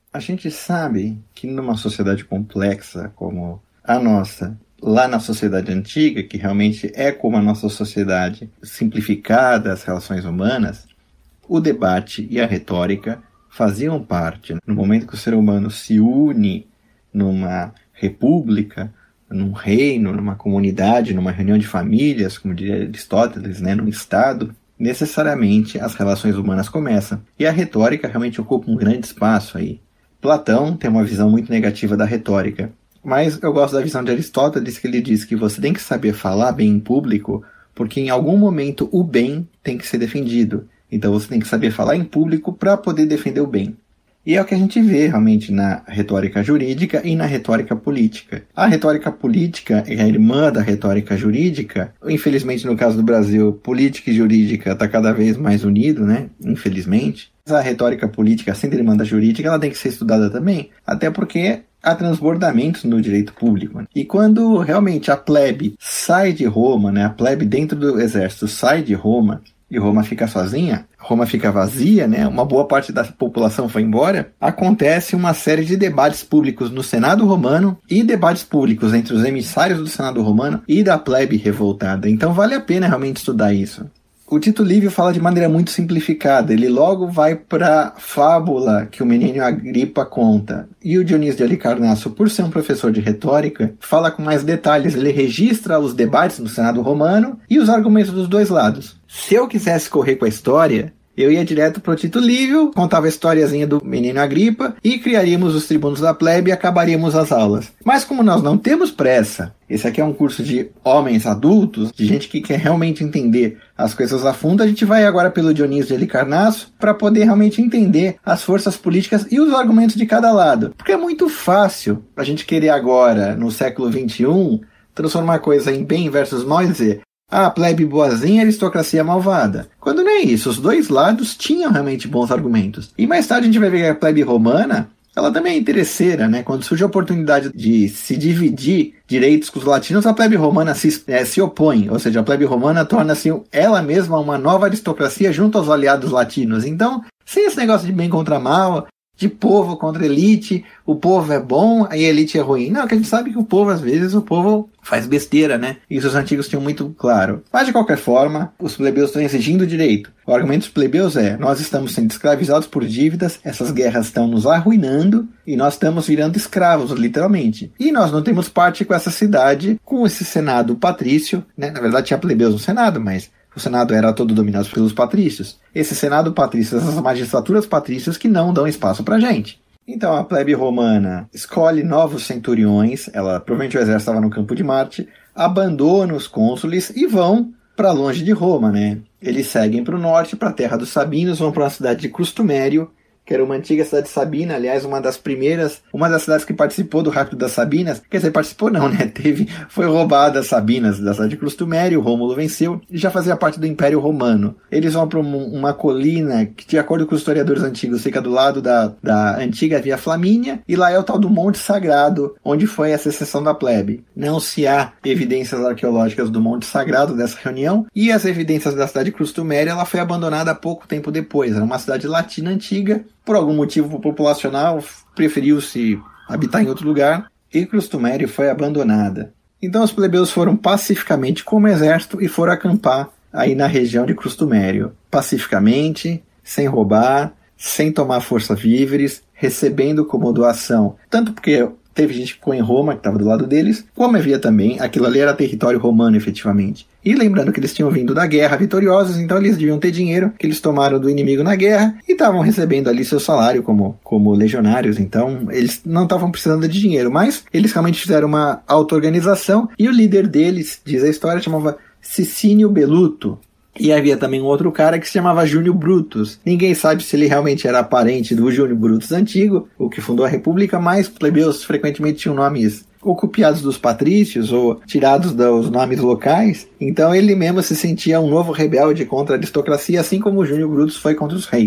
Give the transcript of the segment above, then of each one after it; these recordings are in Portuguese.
A gente sabe que numa sociedade complexa como a nossa, lá na sociedade antiga, que realmente é como a nossa sociedade simplificada, as relações humanas, o debate e a retórica faziam parte. No momento que o ser humano se une numa república, num reino, numa comunidade, numa reunião de famílias, como diria Aristóteles, né, num estado, necessariamente as relações humanas começam. E a retórica realmente ocupa um grande espaço aí. Platão tem uma visão muito negativa da retórica, mas eu gosto da visão de Aristóteles, que ele diz que você tem que saber falar bem em público, porque em algum momento o bem tem que ser defendido. Então você tem que saber falar em público para poder defender o bem. E é o que a gente vê realmente na retórica jurídica e na retórica política. A retórica política é a irmã da retórica jurídica. Infelizmente, no caso do Brasil, política e jurídica está cada vez mais unido, né? Infelizmente. A retórica política, sendo irmã da jurídica, ela tem que ser estudada também, até porque há transbordamentos no direito público. E quando realmente a plebe sai de Roma, né? A plebe dentro do exército sai de Roma, e Roma fica sozinha, Roma fica vazia, né? Uma boa parte da população foi embora, acontece uma série de debates públicos no Senado romano e debates públicos entre os emissários do Senado romano e da plebe revoltada. Então vale a pena realmente estudar isso. O Tito Livio fala de maneira muito simplificada, ele logo vai para a fábula que o menino Agripa conta. E o Dionísio de Halicarnasso, por ser um professor de retórica, fala com mais detalhes, ele registra os debates no Senado romano e os argumentos dos dois lados. Se eu quisesse correr com a história, eu ia direto pro Tito Livio, contava a historiazinha do menino Agripa e criaríamos os tribunos da plebe e acabaríamos as aulas. Mas como nós não temos pressa, esse aqui é um curso de homens adultos, de gente que quer realmente entender as coisas a fundo, a gente vai agora pelo Dionísio de Halicarnasso para poder realmente entender as forças políticas e os argumentos de cada lado. Porque é muito fácil a gente querer agora, no século XXI, transformar a coisa em bem versus mal e dizer: a plebe boazinha, a aristocracia malvada. Quando não é isso, os dois lados tinham realmente bons argumentos. E mais tarde a gente vai ver que a plebe romana, ela também é interesseira, né? Quando surge a oportunidade de se dividir direitos com os latinos, a plebe romana se opõe. Ou seja, a plebe romana torna-se ela mesma uma nova aristocracia junto aos aliados latinos. Então, sem esse negócio de bem contra mal, de povo contra elite, o povo é bom e a elite é ruim. Não, que a gente sabe que o povo, às vezes, o povo faz besteira, né? Isso os antigos tinham muito claro. Mas, de qualquer forma, os plebeus estão exigindo direito. O argumento dos plebeus é: nós estamos sendo escravizados por dívidas, essas guerras estão nos arruinando e nós estamos virando escravos, literalmente. E nós não temos parte com essa cidade, com esse senado patrício, né? Na verdade, tinha plebeus no senado, mas o Senado era todo dominado pelos patrícios. Esse Senado patrício, essas magistraturas patrícias que não dão espaço pra gente. Então a plebe romana escolhe novos centuriões, provavelmente o exército estava no campo de Marte, abandona os cônsules e vão para longe de Roma, né? Eles seguem para o norte, para a terra dos Sabinos, vão para uma cidade de Crustumério, que era uma antiga cidade sabina, aliás, uma das cidades que participou do rapto das Sabinas. Quer dizer, participou não, né? Foi roubada as Sabinas da cidade de Crustumério, Rômulo venceu e já fazia parte do Império Romano. Eles vão para uma colina que, de acordo com os historiadores antigos, fica do lado da antiga Via Flamínia, e lá é o tal do Monte Sagrado, onde foi a secessão da plebe. Não se há evidências arqueológicas do Monte Sagrado dessa reunião, e as evidências da cidade de Crustumério, ela foi abandonada há pouco tempo depois. Era uma cidade latina antiga, por algum motivo populacional, preferiu-se habitar em outro lugar, e Crustumério foi abandonada. Então os plebeus foram pacificamente como exército e foram acampar aí na região de Crustumério. Pacificamente, sem roubar, sem tomar força víveres, recebendo como doação. Tanto porque teve gente que ficou em Roma, que estava do lado deles, como havia também, aquilo ali era território romano efetivamente. E lembrando que eles tinham vindo da guerra vitoriosos, então eles deviam ter dinheiro que eles tomaram do inimigo na guerra e estavam recebendo ali seu salário como legionários, então eles não estavam precisando de dinheiro, mas eles realmente fizeram uma auto-organização e o líder deles, diz a história, chamava Sicínio Beluto. E havia também um outro cara que se chamava Júnior Brutus. Ninguém sabe se ele realmente era parente do Júnior Brutus antigo, o que fundou a República, mas plebeus frequentemente tinham nomes ou copiados dos patrícios ou tirados dos nomes locais. Então ele mesmo se sentia um novo rebelde contra a aristocracia, assim como o Júnior Brutus foi contra os reis.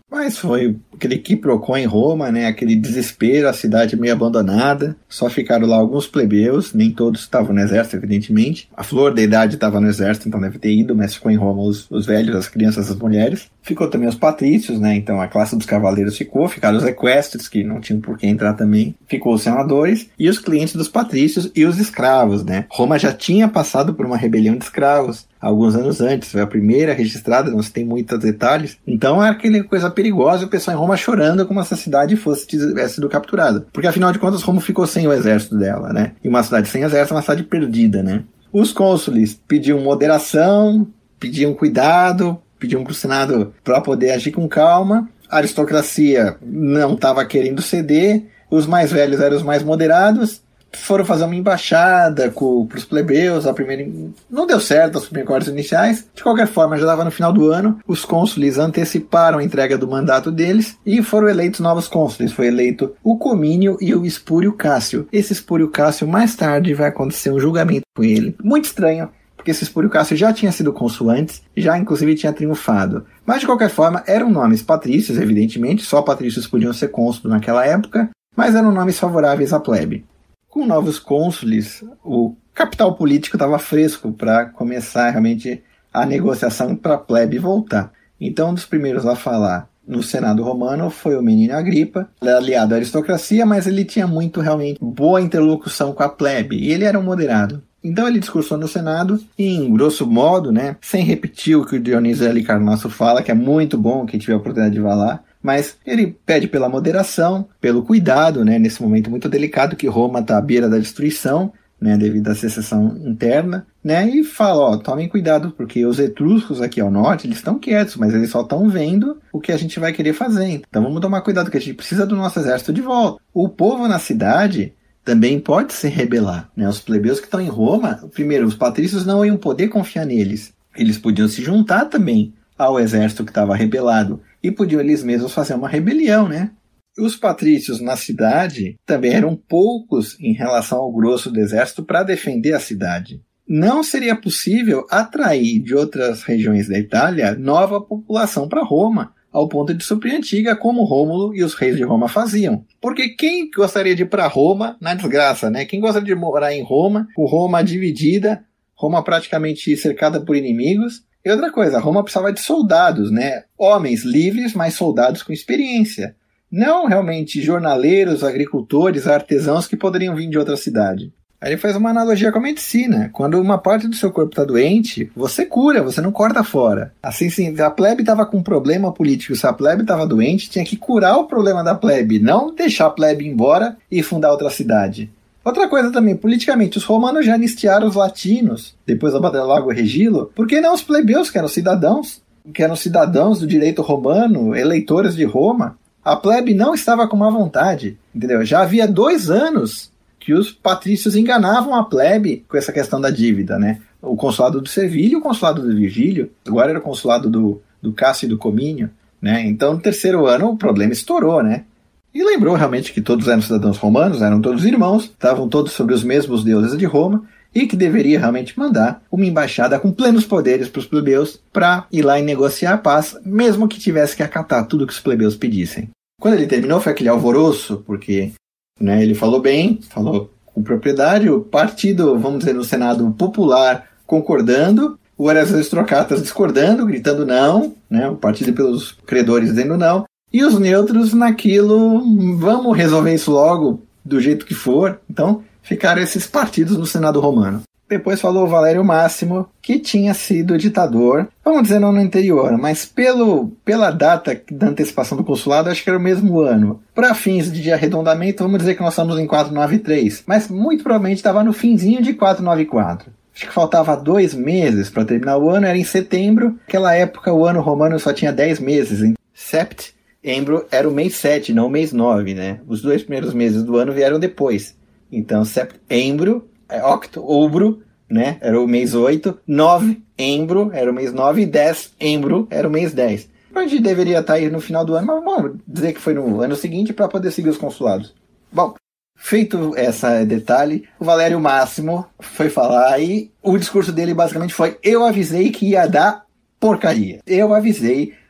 Mas foi aquele quiprocó em Roma, né? Aquele desespero, a cidade meio abandonada. Só ficaram lá alguns plebeus, nem todos estavam no exército, evidentemente. A flor da idade estava no exército, então deve ter ido, mas ficou em Roma os velhos, as crianças, as mulheres. Ficou também os patrícios, né? Então a classe dos cavaleiros ficaram os equestres, que não tinham por que entrar também. Ficou os senadores e os clientes dos patrícios e os escravos, né? Roma já tinha passado por uma rebelião de escravos alguns anos antes, foi a primeira registrada, não se tem muitos detalhes. Então era aquela coisa perigosa, o pessoal em Roma chorando como se a cidade tivesse sido capturada. Porque afinal de contas Roma ficou sem o exército dela, né? E uma cidade sem exército é uma cidade perdida, né? Os cônsules pediam moderação, pediam cuidado, pediam para o Senado para poder agir com calma. A aristocracia não estava querendo ceder, os mais velhos eram os mais moderados. Foram fazer uma embaixada para os plebeus, a primeira não deu certo as primeiras iniciais. De qualquer forma, já estava no final do ano, os cônsules anteciparam a entrega do mandato deles e foram eleitos novos cônsules. Foi eleito o Comínio e o Espúrio Cássio. Esse Espúrio Cássio, mais tarde, vai acontecer um julgamento com ele. Muito estranho, porque esse Espúrio Cássio já tinha sido cônsul antes, já inclusive tinha triunfado. Mas de qualquer forma, eram nomes patrícios, evidentemente, só patrícios podiam ser cônsules naquela época, mas eram nomes favoráveis à plebe. Com novos cônsules, o capital político estava fresco para começar realmente a negociação para a plebe voltar. Então, um dos primeiros a falar no Senado romano foi o menino Agripa, aliado à aristocracia, mas ele tinha muito realmente boa interlocução com a plebe, e ele era um moderado. Então ele discursou no Senado e, em grosso modo, né, sem repetir o que o Dionísio Halicarnasso fala, que é muito bom, quem tiver a oportunidade de falar, mas ele pede pela moderação, pelo cuidado, né, nesse momento muito delicado que Roma está à beira da destruição, né, devido à secessão interna, né, e fala, tomem cuidado, porque os etruscos aqui ao norte, eles estão quietos, mas eles só estão vendo o que a gente vai querer fazer. Então vamos tomar cuidado, que a gente precisa do nosso exército de volta. O povo na cidade também pode se rebelar, né, os plebeus que estão em Roma, primeiro, os patrícios não iam poder confiar neles, eles podiam se juntar também ao exército que estava rebelado, e podiam eles mesmos fazer uma rebelião, né? Os patrícios na cidade também eram poucos em relação ao grosso do exército para defender a cidade. Não seria possível atrair de outras regiões da Itália nova população para Roma, ao ponto de suprir a antiga, como Rômulo e os reis de Roma faziam. Porque quem gostaria de ir para Roma na desgraça, né? Quem gostaria de morar em Roma, com Roma dividida, Roma praticamente cercada por inimigos? E outra coisa, Roma precisava de soldados, né? Homens livres, mas soldados com experiência. Não realmente jornaleiros, agricultores, artesãos que poderiam vir de outra cidade. Aí ele faz uma analogia com a medicina. Quando uma parte do seu corpo está doente, você cura, você não corta fora. Assim, sim, se a plebe estava com um problema político, se a plebe estava doente, tinha que curar o problema da plebe, não deixar a plebe ir embora e fundar outra cidade. Outra coisa também, politicamente, os romanos já anistiaram os latinos, depois da Batalha do Lago Regilo, por que não os plebeus, que eram cidadãos do direito romano, eleitores de Roma? A plebe não estava com má vontade, entendeu? Já havia 2 anos que os patrícios enganavam a plebe com essa questão da dívida, né? O consulado do Servílio e o consulado do Virgílio, agora era o consulado do Cássio e do Comínio, né? Então, no 3º ano, o problema estourou, né? E lembrou realmente que todos eram cidadãos romanos, eram todos irmãos, estavam todos sobre os mesmos deuses de Roma, e que deveria realmente mandar uma embaixada com plenos poderes para os plebeus para ir lá e negociar a paz, mesmo que tivesse que acatar tudo que os plebeus pedissem. Quando ele terminou, foi aquele alvoroço, porque, né, ele falou bem, falou com propriedade, o partido, vamos dizer, no Senado popular concordando, o aristocratas discordando, gritando não, né, o partido pelos credores dizendo não, e os neutros naquilo, vamos resolver isso logo, do jeito que for. Então, ficaram esses partidos no Senado romano. Depois falou Valério Máximo, que tinha sido ditador, vamos dizer não no anterior, mas pela data da antecipação do consulado, acho que era o mesmo ano. Para fins de arredondamento, vamos dizer que nós estamos em 493, mas muito provavelmente estava no finzinho de 494. Acho que faltava 2 meses para terminar o ano, era em setembro. Naquela época o ano romano só tinha 10 meses. Em setembro era o mês 7, não o mês 9, né? Os 2 primeiros meses do ano vieram depois. Então, setembro, outubro, né? Era o mês 8, novembro era o mês 9 e dezembro era o mês 10. A gente deveria estar aí no final do ano, mas vamos dizer que foi no ano seguinte para poder seguir os consulados. Bom, feito esse detalhe, o Valério Máximo foi falar e o discurso dele basicamente foi: eu avisei que ia dar porcaria. Eu avisei,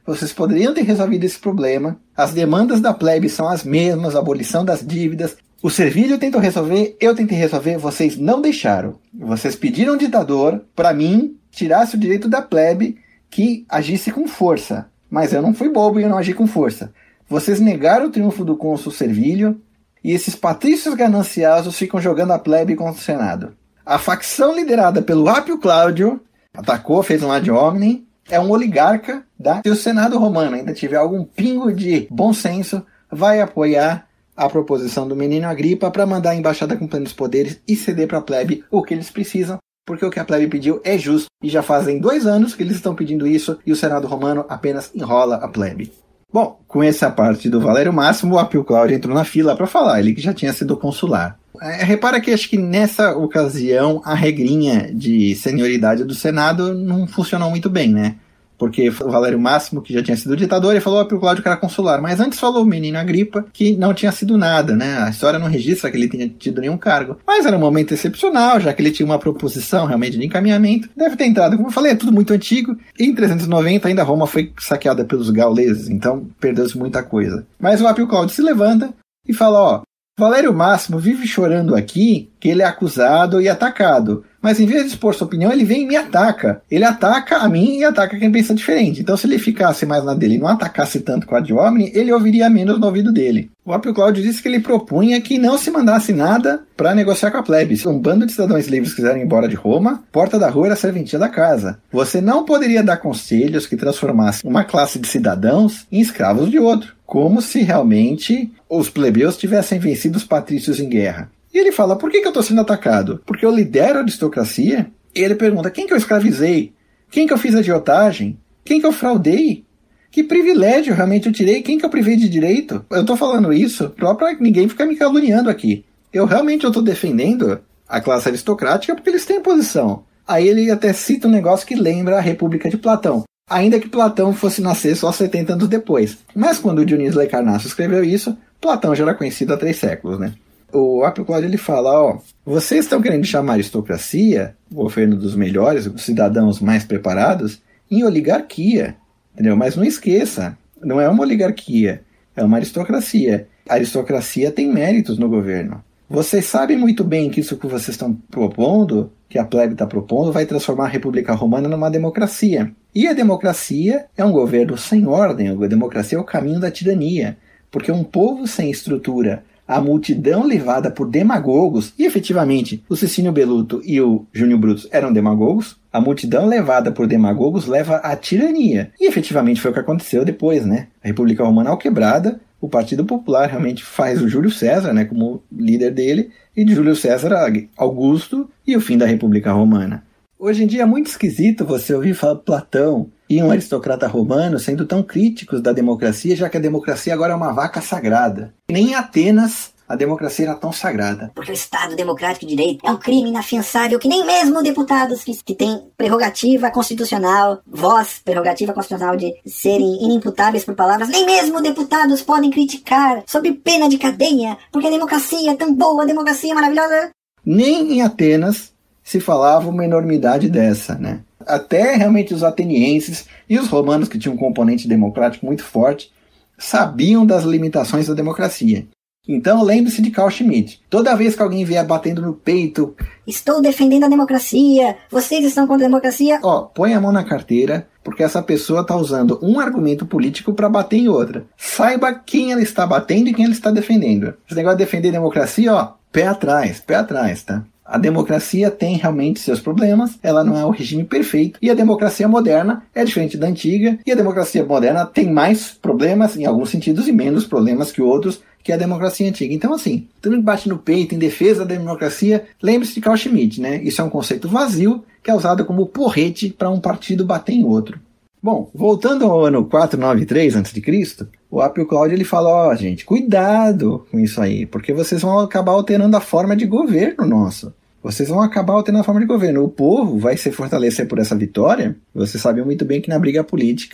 vocês poderiam ter resolvido esse problema. As demandas da plebe são as mesmas, a abolição das dívidas. O Servilho tentou resolver, eu tentei resolver, vocês não deixaram. Vocês pediram um ditador, para mim, tirasse o direito da plebe que agisse com força. Mas eu não fui bobo e eu não agi com força. Vocês negaram o triunfo do cônsul Servilho e esses patrícios gananciosos ficam jogando a plebe contra o Senado. A facção liderada pelo Apio Cláudio atacou, fez um ad hominem, é um oligarca, tá? Se o Senado romano ainda tiver algum pingo de bom senso, vai apoiar a proposição do menino Agripa para mandar a embaixada com plenos poderes e ceder para a plebe o que eles precisam, porque o que a plebe pediu é justo, e já fazem 2 anos que eles estão pedindo isso, e o Senado romano apenas enrola a plebe. Bom, com essa parte do Valério Máximo, o Apio Cláudio entrou na fila para falar, ele que já tinha sido consular. Repara que acho que nessa ocasião a regrinha de senioridade do Senado não funcionou muito bem, né? Porque o Valério Máximo, que já tinha sido ditador, ele falou Apio Cláudio que era consular, mas antes falou o menino Agripa que não tinha sido nada, né? A história não registra que ele tinha tido nenhum cargo. Mas era um momento excepcional, já que ele tinha uma proposição realmente de encaminhamento. Deve ter entrado, como eu falei, é tudo muito antigo. E em 390 ainda Roma foi saqueada pelos gauleses, então perdeu-se muita coisa. Mas o Apio Cláudio se levanta e fala, ó, Valério Máximo vive chorando aqui que ele é acusado e atacado. Mas em vez de expor sua opinião, ele vem e me ataca. Ele ataca a mim e ataca quem pensa diferente. Então se ele ficasse mais na dele e não atacasse tanto com a ad hominem, ele ouviria menos no ouvido dele. O Apio Cláudio disse que ele propunha que não se mandasse nada para negociar com a plebe. Se um bando de cidadãos livres quiserem ir embora de Roma, porta da rua era a serventia da casa. Você não poderia dar conselhos que transformassem uma classe de cidadãos em escravos de outro. Como se realmente os plebeus tivessem vencido os patrícios em guerra. E ele fala, por que eu estou sendo atacado? Porque eu lidero a aristocracia? E ele pergunta, quem que eu escravizei? Quem que eu fiz agiotagem? Quem que eu fraudei? Que privilégio realmente eu tirei? Quem que eu privei de direito? Eu estou falando isso só para ninguém ficar me caluniando aqui. Eu estou defendendo a classe aristocrática porque eles têm posição. Aí ele até cita um negócio que lembra a República de Platão. Ainda que Platão fosse nascer só 70 anos depois. Mas quando o Dionísio Laercarnasso escreveu isso, Platão já era conhecido há 3 séculos, né? O Apio Cláudio ele fala, ó, vocês estão querendo chamar a aristocracia, o governo dos melhores, os cidadãos mais preparados, em oligarquia, entendeu? Mas não esqueça, não é uma oligarquia, é uma aristocracia. A aristocracia tem méritos no governo. Vocês sabem muito bem que isso que vocês estão propondo, que a plebe está propondo, vai transformar a República Romana numa democracia. E a democracia é um governo sem ordem, a democracia é o caminho da tirania, porque um povo sem estrutura, a multidão levada por demagogos, e efetivamente o Cicínio Beluto e o Júnior Brutus eram demagogos, a multidão levada por demagogos leva à tirania. E efetivamente foi o que aconteceu depois, né? A República Romana, ao quebrada, o Partido Popular realmente faz o Júlio César, né, como líder dele, e de Júlio César a Augusto e o fim da República Romana. Hoje em dia é muito esquisito você ouvir falar Platão e um aristocrata romano sendo tão críticos da democracia, já que a democracia agora é uma vaca sagrada. Nem em Atenas a democracia era tão sagrada. Porque o Estado Democrático de Direito é um crime inafiançável que nem mesmo deputados que têm prerrogativa constitucional, prerrogativa constitucional de serem inimputáveis por palavras, nem mesmo deputados podem criticar sob pena de cadeia, porque a democracia é tão boa, a democracia é maravilhosa. Nem em Atenas se falava uma enormidade dessa, né? Até realmente os atenienses e os romanos, que tinham um componente democrático muito forte, sabiam das limitações da democracia. Então lembre-se de Carl Schmitt. Toda vez que alguém vier batendo no peito, estou defendendo a democracia, vocês estão contra a democracia, põe a mão na carteira, porque essa pessoa está usando um argumento político para bater em outra. Saiba quem ela está batendo e quem ela está defendendo. Esse negócio de defender a democracia, pé atrás, tá? A democracia tem realmente seus problemas, ela não é o regime perfeito, e a democracia moderna é diferente da antiga, e a democracia moderna tem mais problemas, em alguns sentidos, e menos problemas que outros, que a democracia antiga. Então, assim, tudo que bate no peito em defesa da democracia, lembre-se de Carl Schmitt, né? Isso é um conceito vazio, que é usado como porrete para um partido bater em outro. Bom, voltando ao ano 493 a.C., o Apio Cláudio ele fala, gente, cuidado com isso aí, porque vocês vão acabar alterando a forma de governo nosso. Vocês vão acabar alterando a forma de governo. O povo vai se fortalecer por essa vitória. Vocês sabem muito bem que na briga política,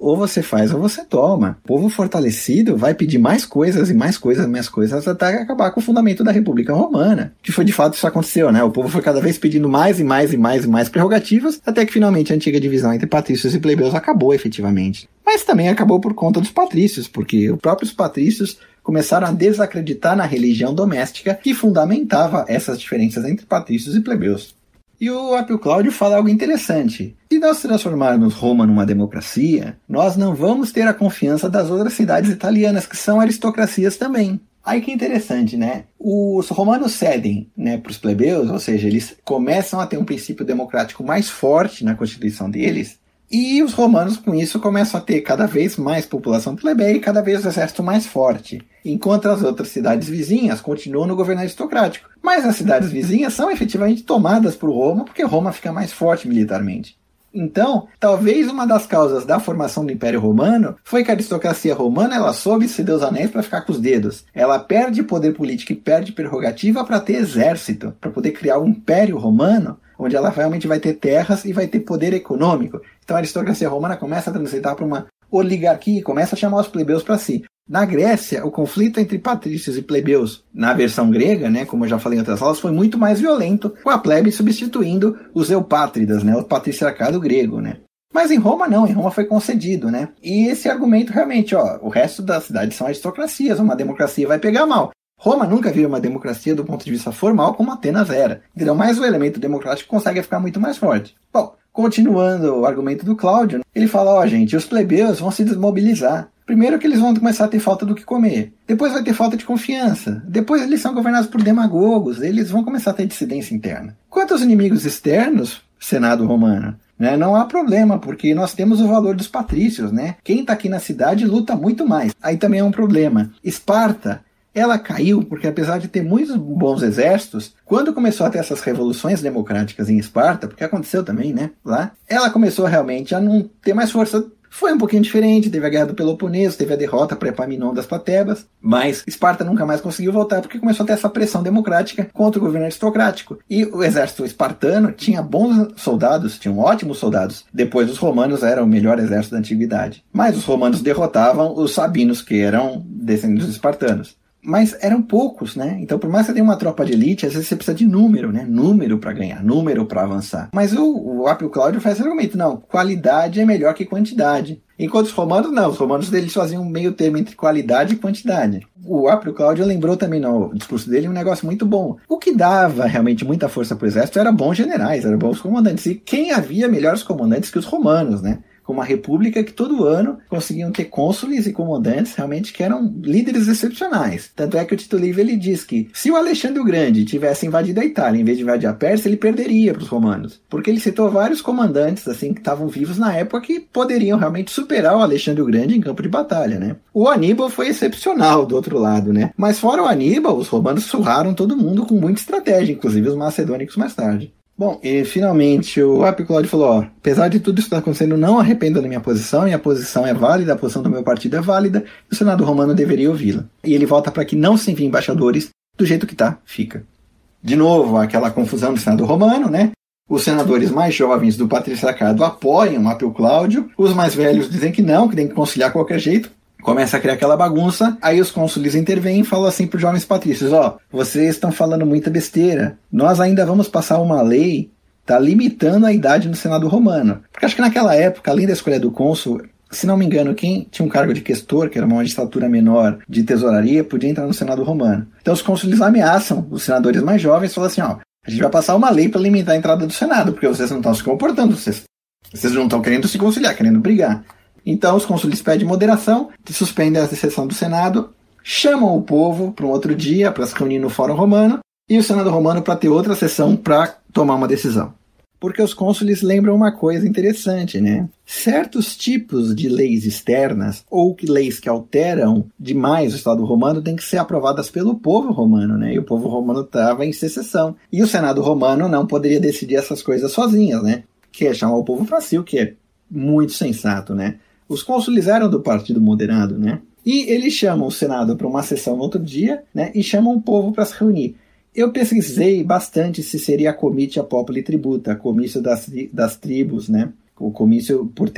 ou você faz ou você toma. O povo fortalecido vai pedir mais coisas e mais coisas até acabar com o fundamento da República Romana. Que foi de fato isso aconteceu, né? O povo foi cada vez pedindo mais e mais prerrogativas, até que finalmente a antiga divisão entre patrícios e plebeus acabou efetivamente. Mas também acabou por conta dos patrícios, porque os próprios patrícios começaram a desacreditar na religião doméstica que fundamentava essas diferenças entre patrícios e plebeus. E o Apio Cláudio fala algo interessante. Se nós transformarmos Roma numa democracia, nós não vamos ter a confiança das outras cidades italianas, que são aristocracias também. Aí que interessante, né? Os romanos cedem, né, para os plebeus, ou seja, eles começam a ter um princípio democrático mais forte na constituição deles, e os romanos, com isso, começam a ter cada vez mais população plebeia e cada vez o exército mais forte, enquanto as outras cidades vizinhas continuam no governo aristocrático. Mas as cidades vizinhas são efetivamente tomadas por Roma, porque Roma fica mais forte militarmente. Então, talvez uma das causas da formação do Império Romano foi que a aristocracia romana ela soube ceder os anéis para ficar com os dedos. Ela perde poder político e perde prerrogativa para ter exército, para poder criar um Império Romano, onde ela realmente vai ter terras e vai ter poder econômico. Então a aristocracia romana começa a transitar para uma oligarquia e começa a chamar os plebeus para si. Na Grécia, o conflito entre patrícios e plebeus, na versão grega, né, como eu já falei em outras aulas, foi muito mais violento, com a plebe substituindo os eupátridas, né, o patriciarcado grego, né. Mas em Roma não, em Roma foi concedido, né. E esse argumento realmente, o resto das cidades são aristocracias, uma democracia vai pegar mal. Roma nunca viu uma democracia do ponto de vista formal como Atenas era. Entendeu? Mas o elemento democrático consegue ficar muito mais forte. Bom, continuando o argumento do Cláudio, ele fala, gente, os plebeus vão se desmobilizar. Primeiro que eles vão começar a ter falta do que comer. Depois vai ter falta de confiança. Depois eles são governados por demagogos. Eles vão começar a ter dissidência interna. Quanto aos inimigos externos, Senado romano, né, não há problema, porque nós temos o valor dos patrícios, né? Quem está aqui na cidade luta muito mais. Aí também é um problema. Esparta, ela caiu porque, apesar de ter muitos bons exércitos, quando começou a ter essas revoluções democráticas em Esparta, porque aconteceu também, né, lá, ela começou realmente a não ter mais força. Foi um pouquinho diferente, teve a Guerra do Peloponeso, teve a derrota para Epaminondas das Platebas, mas Esparta nunca mais conseguiu voltar porque começou a ter essa pressão democrática contra o governo aristocrático. E o exército espartano tinha bons soldados, tinham ótimos soldados. Depois os romanos eram o melhor exército da antiguidade. Mas os romanos derrotavam os sabinos, que eram descendentes dos espartanos. Mas eram poucos, né? Então, por mais que você tenha uma tropa de elite, às vezes você precisa de número, né? Número para ganhar, número para avançar. Mas o Apio Cláudio faz esse argumento, não, qualidade é melhor que quantidade. Enquanto os romanos, não, os romanos eles faziam um meio termo entre qualidade e quantidade. O Apio Cláudio lembrou também no discurso dele um negócio muito bom. O que dava realmente muita força para o exército eram bons generais, eram bons comandantes. E quem havia melhores comandantes que os romanos, né? Com uma república que todo ano conseguiam ter cônsules e comandantes realmente que eram líderes excepcionais. Tanto é que o Tito Livio ele diz que se o Alexandre o Grande tivesse invadido a Itália em vez de invadir a Pérsia, ele perderia para os romanos. Porque ele citou vários comandantes assim que estavam vivos na época que poderiam realmente superar o Alexandre o Grande em campo de batalha, né? O Aníbal foi excepcional do outro lado, né? Mas fora o Aníbal, os romanos surraram todo mundo com muita estratégia, inclusive os macedônicos mais tarde. Bom, e finalmente o Apio Cláudio falou, apesar de tudo isso que está acontecendo, não arrependo da minha posição, e a posição é válida, a posição do meu partido é válida, e o Senado romano deveria ouvi-la. E ele volta para que não se enviem embaixadores, do jeito que tá, fica. De novo, aquela confusão do Senado romano, né? Os senadores mais jovens do patriciarcado apoiam Apio Cláudio, os mais velhos dizem que não, que tem que conciliar de qualquer jeito. Começa a criar aquela bagunça, aí os cônsules intervêm e falam assim para os jovens patrícios, vocês estão falando muita besteira, nós ainda vamos passar uma lei, tá limitando a idade no Senado romano. Porque acho que naquela época, além da escolha do cônsul, se não me engano, quem tinha um cargo de questor, que era uma magistratura menor de tesouraria, podia entrar no Senado romano. Então os cônsules ameaçam os senadores mais jovens, falam assim, a gente vai passar uma lei para limitar a entrada do Senado, porque vocês não estão se comportando, vocês não estão querendo se conciliar, querendo brigar. Então os cônsules pedem moderação, suspendem a sessão do Senado, chamam o povo para um outro dia para se reunir no Fórum Romano e o Senado Romano para ter outra sessão para tomar uma decisão. Porque os cônsules lembram uma coisa interessante, né? Certos tipos de leis externas ou leis que alteram demais o Estado romano têm que ser aprovadas pelo povo romano, né? E o povo romano estava em secessão. E o Senado romano não poderia decidir essas coisas sozinhas, né? Que é chamar o povo para si, o que é muito sensato, né? Os cônsules eram do Partido Moderado, né? E eles chamam o Senado para uma sessão no outro dia, né? E chamam o povo para se reunir. Eu pesquisei bastante se seria a comitia populi tributa, comício das tribos, né? O comício por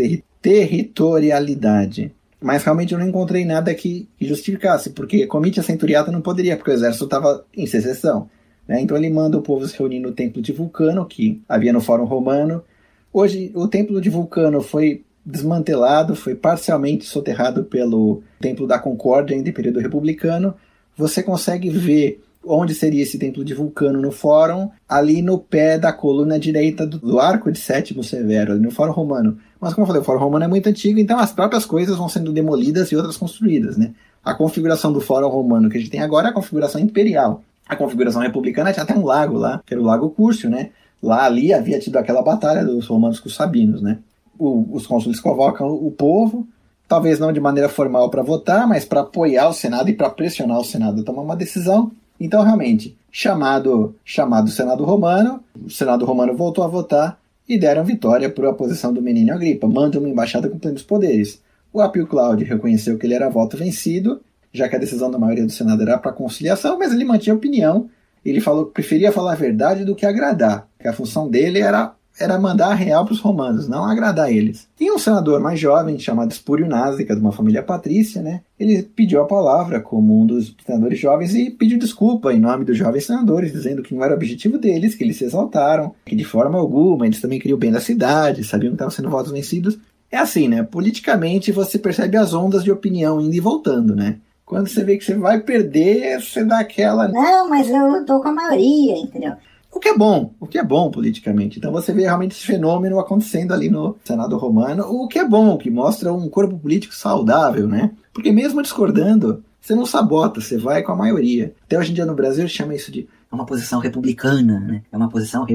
territorialidade. Mas realmente eu não encontrei nada que justificasse, porque comitia centuriata não poderia, porque o exército estava em secessão. Né? Então ele manda o povo se reunir no templo de Vulcano, que havia no Fórum Romano. Hoje o templo de Vulcano foi desmantelado, foi parcialmente soterrado pelo Templo da Concórdia, ainda em período republicano. Você consegue ver onde seria esse templo de Vulcano no Fórum, ali no pé da coluna direita do arco de Sétimo Severo, ali no Fórum Romano. Mas como eu falei, o Fórum Romano é muito antigo, então as próprias coisas vão sendo demolidas e outras construídas. Né? A configuração do Fórum Romano que a gente tem agora é a configuração imperial. A configuração republicana tinha até um lago lá, que era o Lago Cúrcio, né? Lá ali havia tido aquela batalha dos romanos com os sabinos, né? Os cônsules convocam o povo, talvez não de maneira formal para votar, mas para apoiar o Senado e para pressionar o Senado a tomar uma decisão. Então, realmente, chamado o Senado Romano, o Senado Romano voltou a votar e deram vitória para a posição do Menino Agripa, mandam uma embaixada com plenos poderes. O Apio Cláudio reconheceu que ele era voto vencido, já que a decisão da maioria do Senado era para conciliação, mas ele mantinha a opinião. Ele falou que preferia falar a verdade do que agradar, que a função dele era mandar a real para os romanos, não agradar eles. E um senador mais jovem, chamado Espúrio Násica, de uma família patrícia, né, ele pediu a palavra como um dos senadores jovens e pediu desculpa em nome dos jovens senadores, dizendo que não era o objetivo deles, que eles se exaltaram, que de forma alguma eles também queriam o bem da cidade, sabiam que estavam sendo votos vencidos. É assim, né? Politicamente você percebe as ondas de opinião indo e voltando, né? Quando você vê que você vai perder, você dá aquela... Não, mas eu tô com a maioria, entendeu? O que é bom politicamente. Então você vê realmente esse fenômeno acontecendo ali no Senado Romano, o que é bom, que mostra um corpo político saudável, né? Porque mesmo discordando, você não sabota, você vai com a maioria. Até hoje em dia no Brasil chama isso de uma posição republicana, né? É uma posição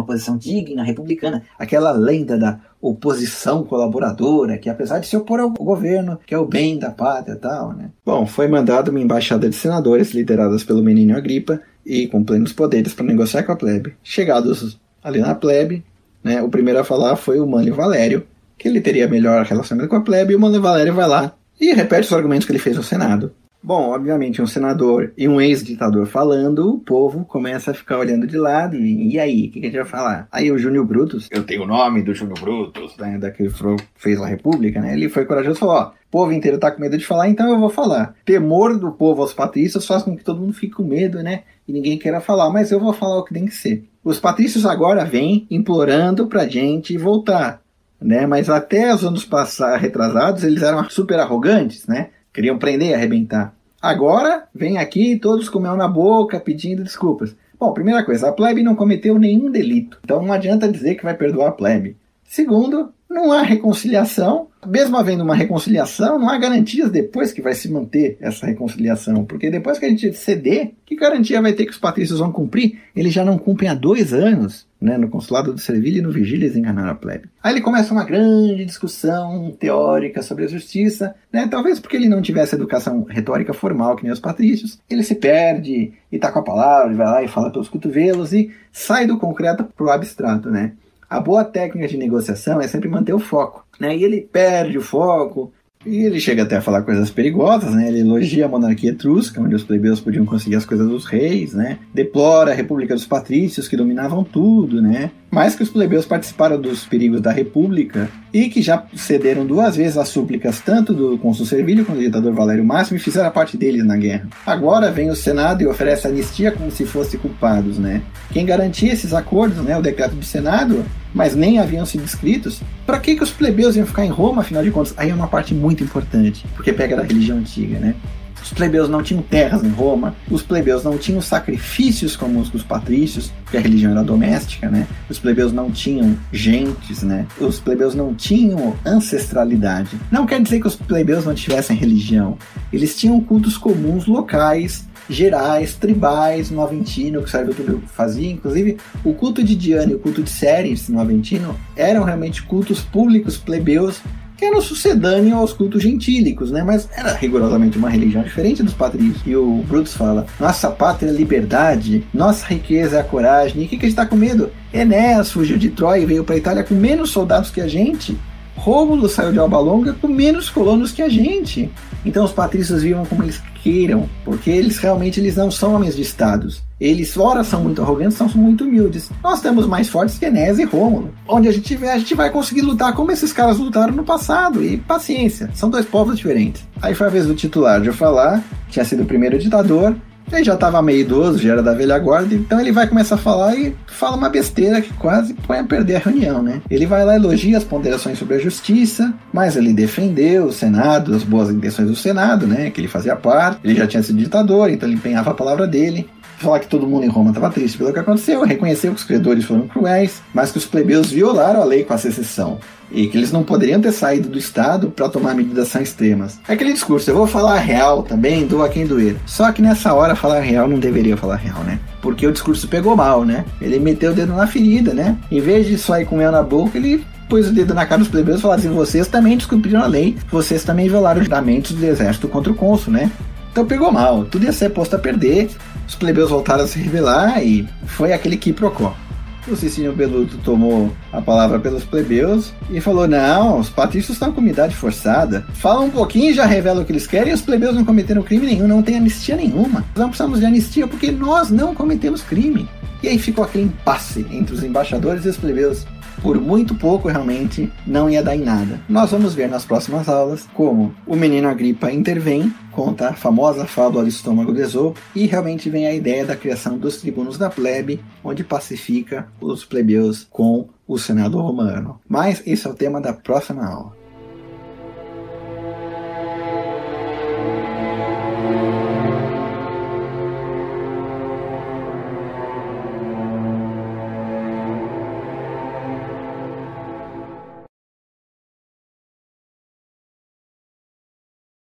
digna, republicana. Aquela lenda da oposição colaboradora, que apesar de se opor ao governo, que é o bem da pátria e tal, né? Bom, foi mandada uma embaixada de senadores, lideradas pelo Menino Agripa, e com plenos poderes para negociar com a plebe. Chegados ali na plebe, né, o primeiro a falar foi o Mânlio Valério, que ele teria melhor relacionamento com a plebe, e o Mânlio Valério vai lá e repete os argumentos que ele fez no Senado. Bom, obviamente um senador e um ex-ditador falando, o povo começa a ficar olhando de lado, e aí, o que a gente vai falar? Aí o Júnior Brutus, eu tenho o nome do Júnior Brutus, né, daquele que fez a República, né, ele foi corajoso e falou, ó, o povo inteiro tá com medo de falar, então eu vou falar. Temor do povo aos patrícios faz com que todo mundo fique com medo, né, e ninguém queira falar, mas eu vou falar o que tem que ser. Os patrícios agora vêm implorando pra gente voltar, né, mas até os anos retrasados eles eram super arrogantes, né, queriam prender e arrebentar. Agora, vem aqui todos com mel na boca, pedindo desculpas. Bom, primeira coisa, a plebe não cometeu nenhum delito. Então não adianta dizer que vai perdoar a plebe. Segundo, não há reconciliação. Mesmo havendo uma reconciliação, não há garantias depois que vai se manter essa reconciliação. Porque depois que a gente ceder, que garantia vai ter que os patrícios vão cumprir? Eles já não cumprem há 2 anos, né, no consulado do Servilha e no Vigília eles enganaram a plebe. Aí ele começa uma grande discussão teórica sobre a justiça, né, talvez porque ele não tivesse educação retórica formal que nem os patrícios. Ele se perde e tá com a palavra, ele vai lá e fala pelos cotovelos e sai do concreto pro abstrato, né. A boa técnica de negociação é sempre manter o foco, né? E ele perde o foco, e ele chega até a falar coisas perigosas, né? Ele elogia a monarquia etrusca, onde os plebeus podiam conseguir as coisas dos reis, né? Deplora a república dos patrícios, que dominavam tudo, né? Mas que os plebeus participaram dos perigos da república e que já cederam 2 vezes às súplicas tanto do cônsul Servilio quanto do ditador Valério Máximo e fizeram a parte deles na guerra. Agora vem o Senado e oferece anistia como se fossem culpados, né? Quem garantia esses acordos, né? O decreto do Senado, mas nem haviam sido escritos. Para que os plebeus iam ficar em Roma, afinal de contas? Aí é uma parte muito importante, porque pega da religião antiga, né? Os plebeus não tinham terras em Roma, os plebeus não tinham sacrifícios como os dos patrícios, porque a religião era doméstica, né? Os plebeus não tinham gentes, né? Os plebeus não tinham ancestralidade. Não quer dizer que os plebeus não tivessem religião. Eles tinham cultos comuns locais, gerais, tribais, no Aventino, que o Sérvio Túlio fazia. Inclusive, o culto de Diana e o culto de Ceres no Aventino eram realmente cultos públicos plebeus que eram sucedâneo aos cultos gentílicos, né? Mas era rigorosamente uma religião diferente dos patrícios. E o Brutus fala, nossa pátria é a liberdade, nossa riqueza é a coragem. E o que a gente está com medo? Enéas fugiu de Troia e veio para a Itália com menos soldados que a gente. Rômulo saiu de Alba Longa com menos colonos que a gente. Então os patrícios vivam como eles queiram, porque eles realmente não são homens de estados. Eles, ora, são muito arrogantes, são muito humildes. Nós temos mais fortes que Enéas e Rômulo. Onde a gente tiver, a gente vai conseguir lutar como esses caras lutaram no passado. E paciência, são dois povos diferentes. Aí foi a vez do titular de eu falar, tinha sido o primeiro ditador. Ele já estava meio idoso, já era da velha guarda, então ele vai começar a falar e fala uma besteira que quase põe a perder a reunião, né? Ele vai lá, elogia as ponderações sobre a justiça, mas ele defendeu o Senado, as boas intenções do Senado, né? Que ele fazia parte, ele já tinha sido ditador, então ele empenhava a palavra dele. Falar que todo mundo em Roma estava triste pelo que aconteceu, reconheceu que os credores foram cruéis, mas que os plebeus violaram a lei com a secessão e que eles não poderiam ter saído do Estado para tomar medidas tão extremas. É aquele discurso, eu vou falar real também, doa quem doer. Só que nessa hora falar real não deveria falar real, né? Porque o discurso pegou mal, né? Ele meteu o dedo na ferida, né? Em vez de só ir com mel na boca, ele pôs o dedo na cara dos plebeus e falou assim, vocês também descumpriram a lei, vocês também violaram os juramentos do exército contra o cônsul, né? Então pegou mal, tudo ia ser posto a perder, os plebeus voltaram a se rebelar e foi aquele quiprocó. O Cicinho Beluto tomou a palavra pelos plebeus e falou, não, os patrícios estão com umidade forçada, fala um pouquinho e já revela o que eles querem e os plebeus não cometeram crime nenhum, não tem anistia nenhuma. Nós não precisamos de anistia porque nós não cometemos crime. E aí ficou aquele impasse entre os embaixadores e os plebeus. Por muito pouco, realmente, não ia dar em nada. Nós vamos ver nas próximas aulas como o menino Agripa intervém, conta a famosa fábula do estômago de Esopo, e realmente vem a ideia da criação dos tribunos da plebe, onde pacifica os plebeus com o Senado romano. Mas esse é o tema da próxima aula.